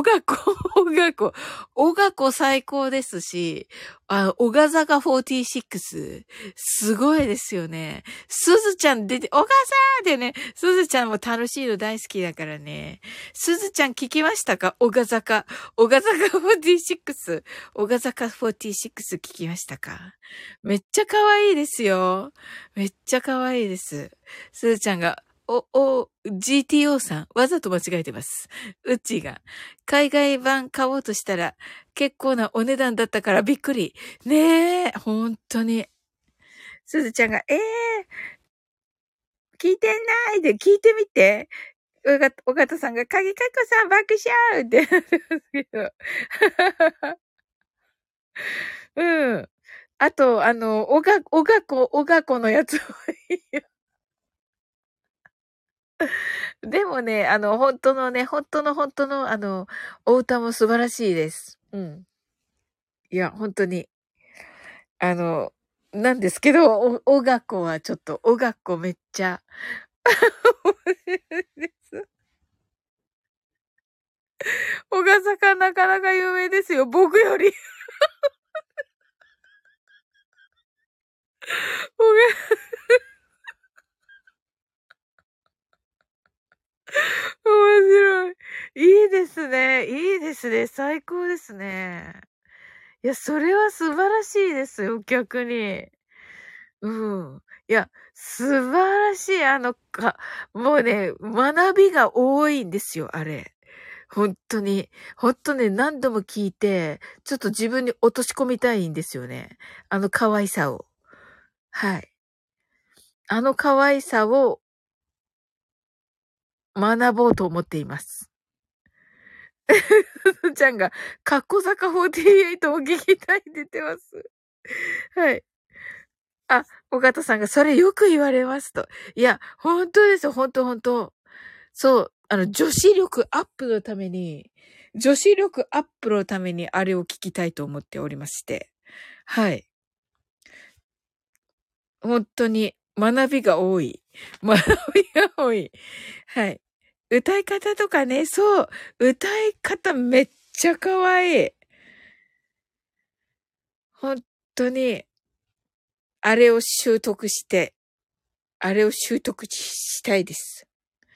形最高ですし、小賀坂46、すごいですよね。すずちゃん出て、小賀さんってね、すずちゃんも楽しいの大好きだからね。すずちゃん聞きましたか？小賀坂46。小賀坂46聞きましたか？めっちゃ可愛いですよ。めっちゃ可愛いです。すずちゃんが、GTO さん、わざと間違えてます。うっちーが、海外版買おうとしたら、結構なお値段だったからびっくり。ねえ、本当に。 すずちゃんが、聞いてないで聞いてみて。おがたさんが、かぎかこさん爆笑ってなってますけど。うん。あと、おがこのやつもいいよ。でもね、本当のね、本当の、お歌も素晴らしいです。うん。いや、本当に。あの、なんですけど、おがこはちょっと、おがこめっちゃ、面白いです。小笠さんなかなか有名ですよ。僕より。面白い。いいですね。いいですね。最高ですね。いや、それは素晴らしいですよ、逆に。うん。いや、素晴らしい、もうね、学びが多いんですよ、あれ。本当に。本当ね、何度も聞いて、ちょっと自分に落とし込みたいんですよね。あの可愛さを。はい。あの可愛さを学ぼうと思っています。ちゃんが、かっこ坂48も聞きたいって言ってます。はい。あ、尾形さんが、それよく言われますと。いや、本当ですよ、本当本当。そう、女子力アップのために、女子力アップのためにあれを聞きたいと思っておりまして。はい。本当に学びが多い。学びが多い。はい。歌い方とかね、そう。歌い方めっちゃ可愛い。本当に、あれを習得して、あれを習得したいです。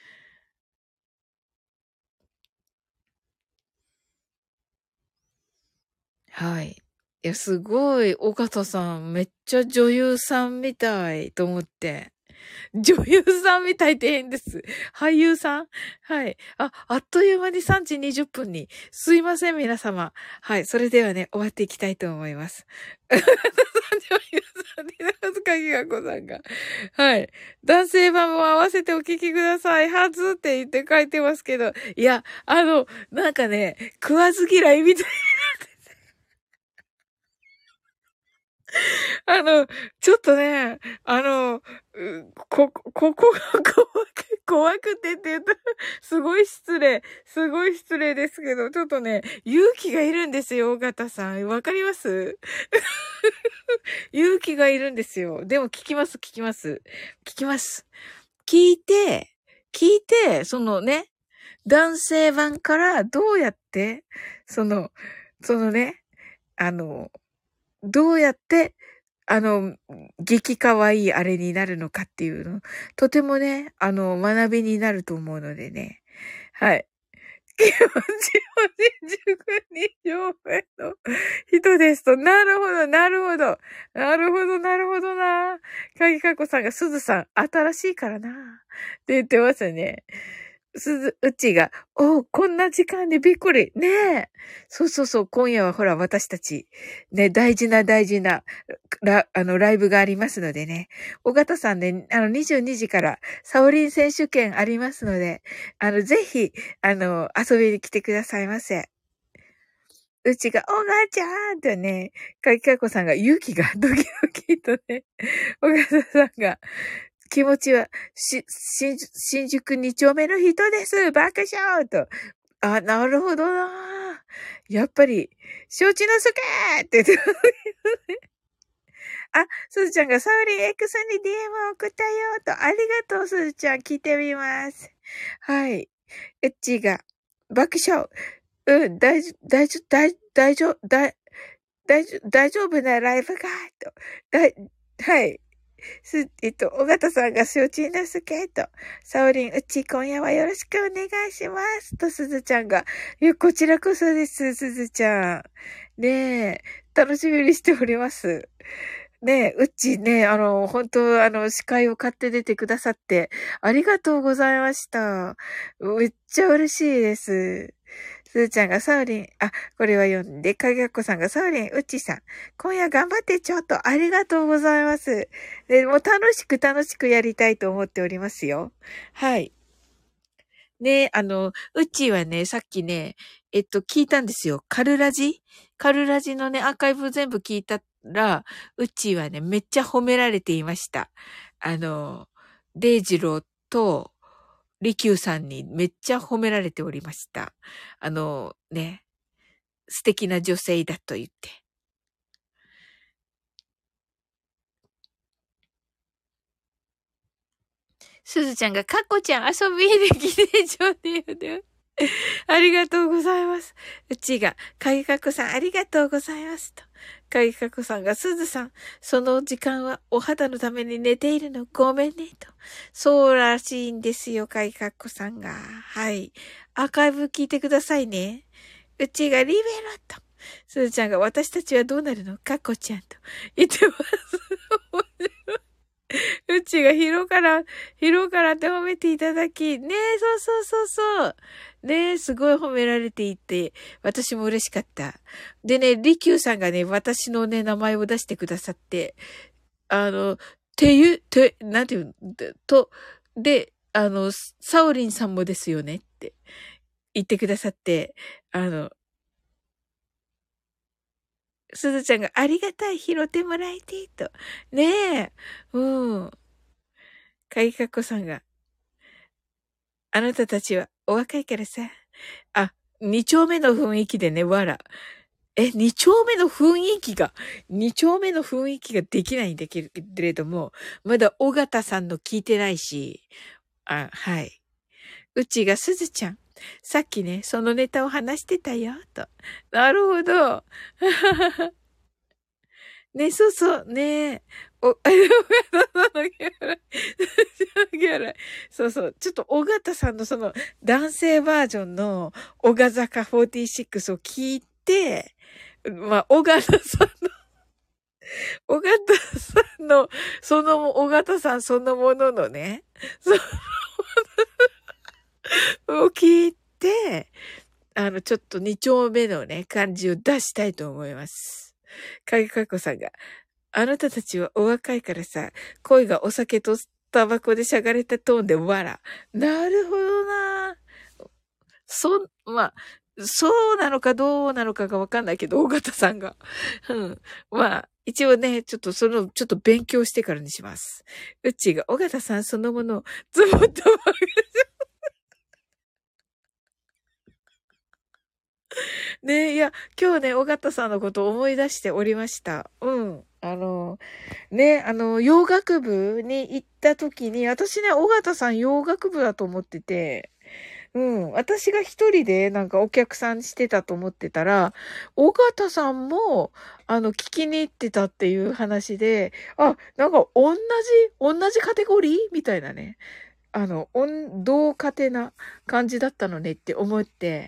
はい。いや、すごい、岡田さん、めっちゃ女優さんみたいと思って。女優さんみたいって変です。俳優さんはい。あっという間に3時20分に。すいません、皆様。はい。それではね、終わっていきたいと思います。女優さん、ディナマスカギガコさんが。はい。男性版も合わせてお聞きください。はずって言って書いてますけど。いや、なんかね、食わず嫌いみたいあの、ちょっとね、ここが怖くてって言うと、すごい失礼ですけど、ちょっとね、勇気がいるんですよ、尾形さん。わかります勇気がいるんですよ。でも聞きます。聞きます。聞いて、そのね、男性版からどうやって、その、そのね、あの、どうやって、激可愛いあれになるのかっていうの、とてもね、学びになると思うのでね。はい。気持ちを新宿に上目の人ですと、なるほど、なるほど。なるほど、なるほどな。かぎかこさんが、すずさん、新しいからな。って言ってますね。うちが、こんな時間でびっくり。ねえ。そうそうそう、今夜はほら、私たち、ね、大事な、ライブがありますのでね。尾形さんね、22時から、サオリン選手権ありますので、ぜひ、遊びに来てくださいませ。うちが、おがちゃんとね、かきかこさんが、勇気がドキドキとね、尾形さんが、気持ちは、新宿2丁目の人です。爆笑と。なるほどな。やっぱり、承知のすけーって言ってますすずちゃんがサウリン X に DM を送ったよと。ありがとう、すずちゃん。聞いてみます。はい。エッチが、爆笑。うん、大丈夫なライブが、と。はい。尾形さんが承知なすけと、サオリン、うち今夜はよろしくお願いします。と、すずちゃんが、こちらこそです、すずちゃん。ねえ、楽しみにしております。ねえ、うちね、本当司会を買って出てくださって、ありがとうございました。めっちゃ嬉しいです。 すーちゃんがサウリン、これは読んで、かげっこさんがサウリン、うっちーさん。今夜頑張ってちょっとありがとうございます。で、もう楽しくやりたいと思っておりますよ。はい。ね、うっちーはね、さっきね、聞いたんですよ。カルラジのね、アーカイブ全部聞いたら、うっちーはね、めっちゃ褒められていました。デイジローと、リキューさんにめっちゃ褒められておりました。ね、素敵な女性だと言って。すずちゃんが、かっこちゃん遊びに来てちょうでよね。ありがとうございます。うちが、かぎかこさんありがとうございますと。かぎかこさんが、すずさん、その時間はお肌のために寝ているのごめんねと。そうらしいんですよ、かぎかこさんが。はい。アーカイブ聞いてくださいね。うちがリベロと。すずちゃんが、私たちはどうなるのかこちゃんと言ってます。うちがヒロからって褒めていただき、ねえ、そう。ねえ、すごい褒められていて、私も嬉しかった。でね、リキューさんがね、私のね、名前を出してくださって、なんていう、サオリンさんもですよねって言ってくださって、あの、すずちゃんがありがたい、拾ってもらえて、と。ねえ、うん。かいかこさんが、あなたたちはお若いからさ。二丁目の雰囲気でね、わら。二丁目の雰囲気が、二丁目の雰囲気ができないんだけれども、まだ尾形さんの聞いてないし、はい。うちがすずちゃん。さっきね、そのネタを話してたよ、と。なるほど。ね、そう、ねお、そう。ちょっと、尾形さんのその、男性バージョンの、小賀坂46を聞いて、まあ、尾形さんの、尾形さんそのもののね、そを聞いて、ちょっと二丁目のね、感じを出したいと思います。影かこさんが、あなたたちはお若いからさ、恋がお酒とタバコでしゃがれたトーンで笑。なるほどな。まあ、そうなのかどうなのかがわかんないけど、大型さんが。うん。まあ、一応ね、ちょっと勉強してからにします。うちが、尾形さんそのものを、つぼったまね、いや、今日ね、尾形さんのことを思い出しておりました。うん。洋楽部に行った時に、私ね、尾形さん洋楽部だと思ってて、うん。私が一人でなんかお客さんしてたと思ってたら、尾形さんも、聞きに行ってたっていう話で、なんか同じカテゴリーみたいなね。同家庭な感じだったのねって思って、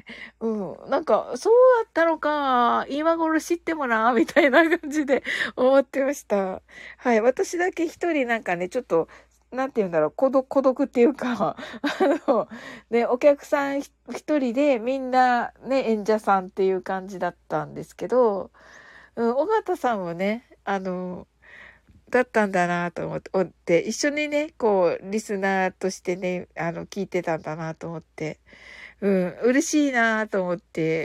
うん。なんか、そうだったのか、今頃知ってもな、みたいな感じで思ってました。はい。私だけ一人なんかね、ちょっと、なんて言うんだろう、孤独っていうか、ね、お客さん一人でみんなね、演者さんっていう感じだったんですけど、うん、尾形さんもね、だったんだなと思って、一緒にね、こう、リスナーとしてね、聞いてたんだなと思って、うん、嬉しいなと思って、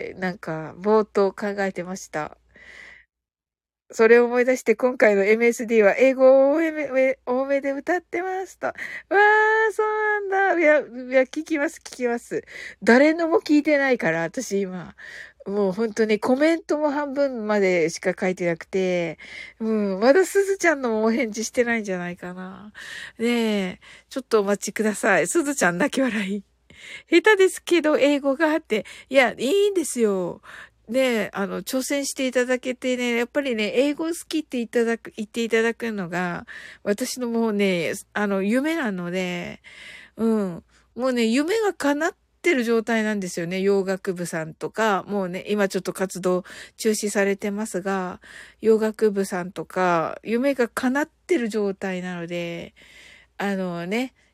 なんか、ぼーっと考えてました。それを思い出して今回の MSD は英語を多めで歌ってますと。わー、そうなんだ。いや、聞きます。誰のも聞いてないから、私今。もう本当にコメントも半分までしか書いてなくて、うん、まだすずちゃんのもお返事してないんじゃないかな。ねえ、ちょっとお待ちください。すずちゃん泣き笑い。下手ですけど、英語があって、いや、いいんですよ。ね、挑戦していただけてね、やっぱりね、英語好きって言っていただくのが、私のもうね、夢なので、うん。もうね、夢が叶ってる状態なんですよね。洋楽部さんとか、もうね、今ちょっと活動中止されてますが、洋楽部さんとか、夢が叶ってる状態なので、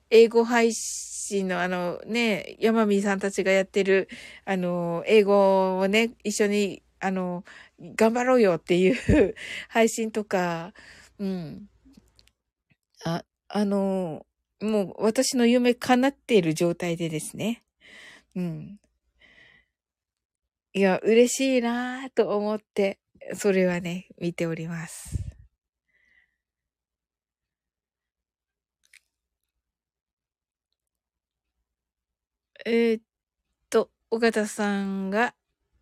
英語配信のね、ヤマミーさんたちがやってる、英語をね、一緒に、頑張ろうよっていう配信とか、うん。もう私の夢叶っている状態でですね。うん。いや、嬉しいなぁと思って、それはね、見ております。えーっ尾形さんが、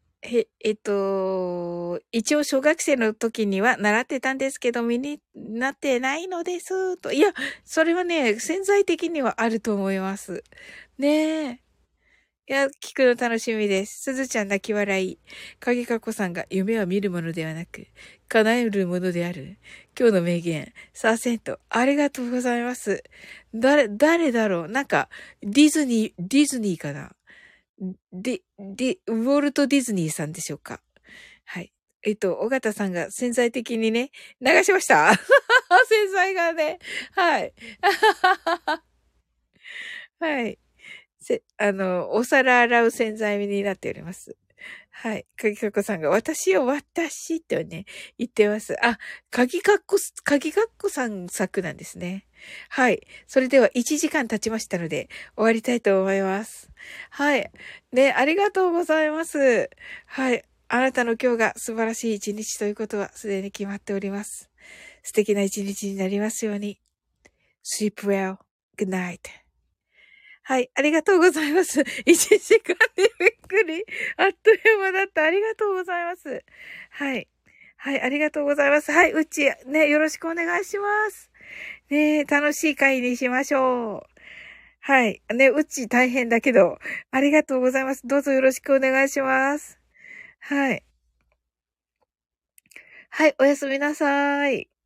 一応小学生の時には習ってたんですけど、身になってないのです。と。いや、それはね、潜在的にはあると思います。ねえ。いや、聞くの楽しみです。すずちゃん泣き笑い。影かこさんが夢は見るものではなく、叶えるものである。今日の名言、サーセント。ありがとうございます。誰だろうなんか、ディズニーかなウォルト・ディズニーさんでしょうか。はい。尾形さんが潜在的にね、流しました潜在がね、はい。はい。お皿洗う洗剤になっております。はい。かこさんが、私ってね、言ってます。あ、かぎかっこさん作なんですね。はい。それでは1時間経ちましたので、終わりたいと思います。はい。ね、ありがとうございます。はい。あなたの今日が素晴らしい一日ということはすでに決まっております。素敵な一日になりますように。Sleep well. Good night. はい、ありがとうございます。1時間でびっくり。あっという間だった。ありがとうございます。はい。はい、ありがとうございます。はい、うち、ね、よろしくお願いします。ね、楽しい会にしましょう。はい。ね、うち大変だけど、ありがとうございます。どうぞよろしくお願いします。はい。はい、おやすみなさい。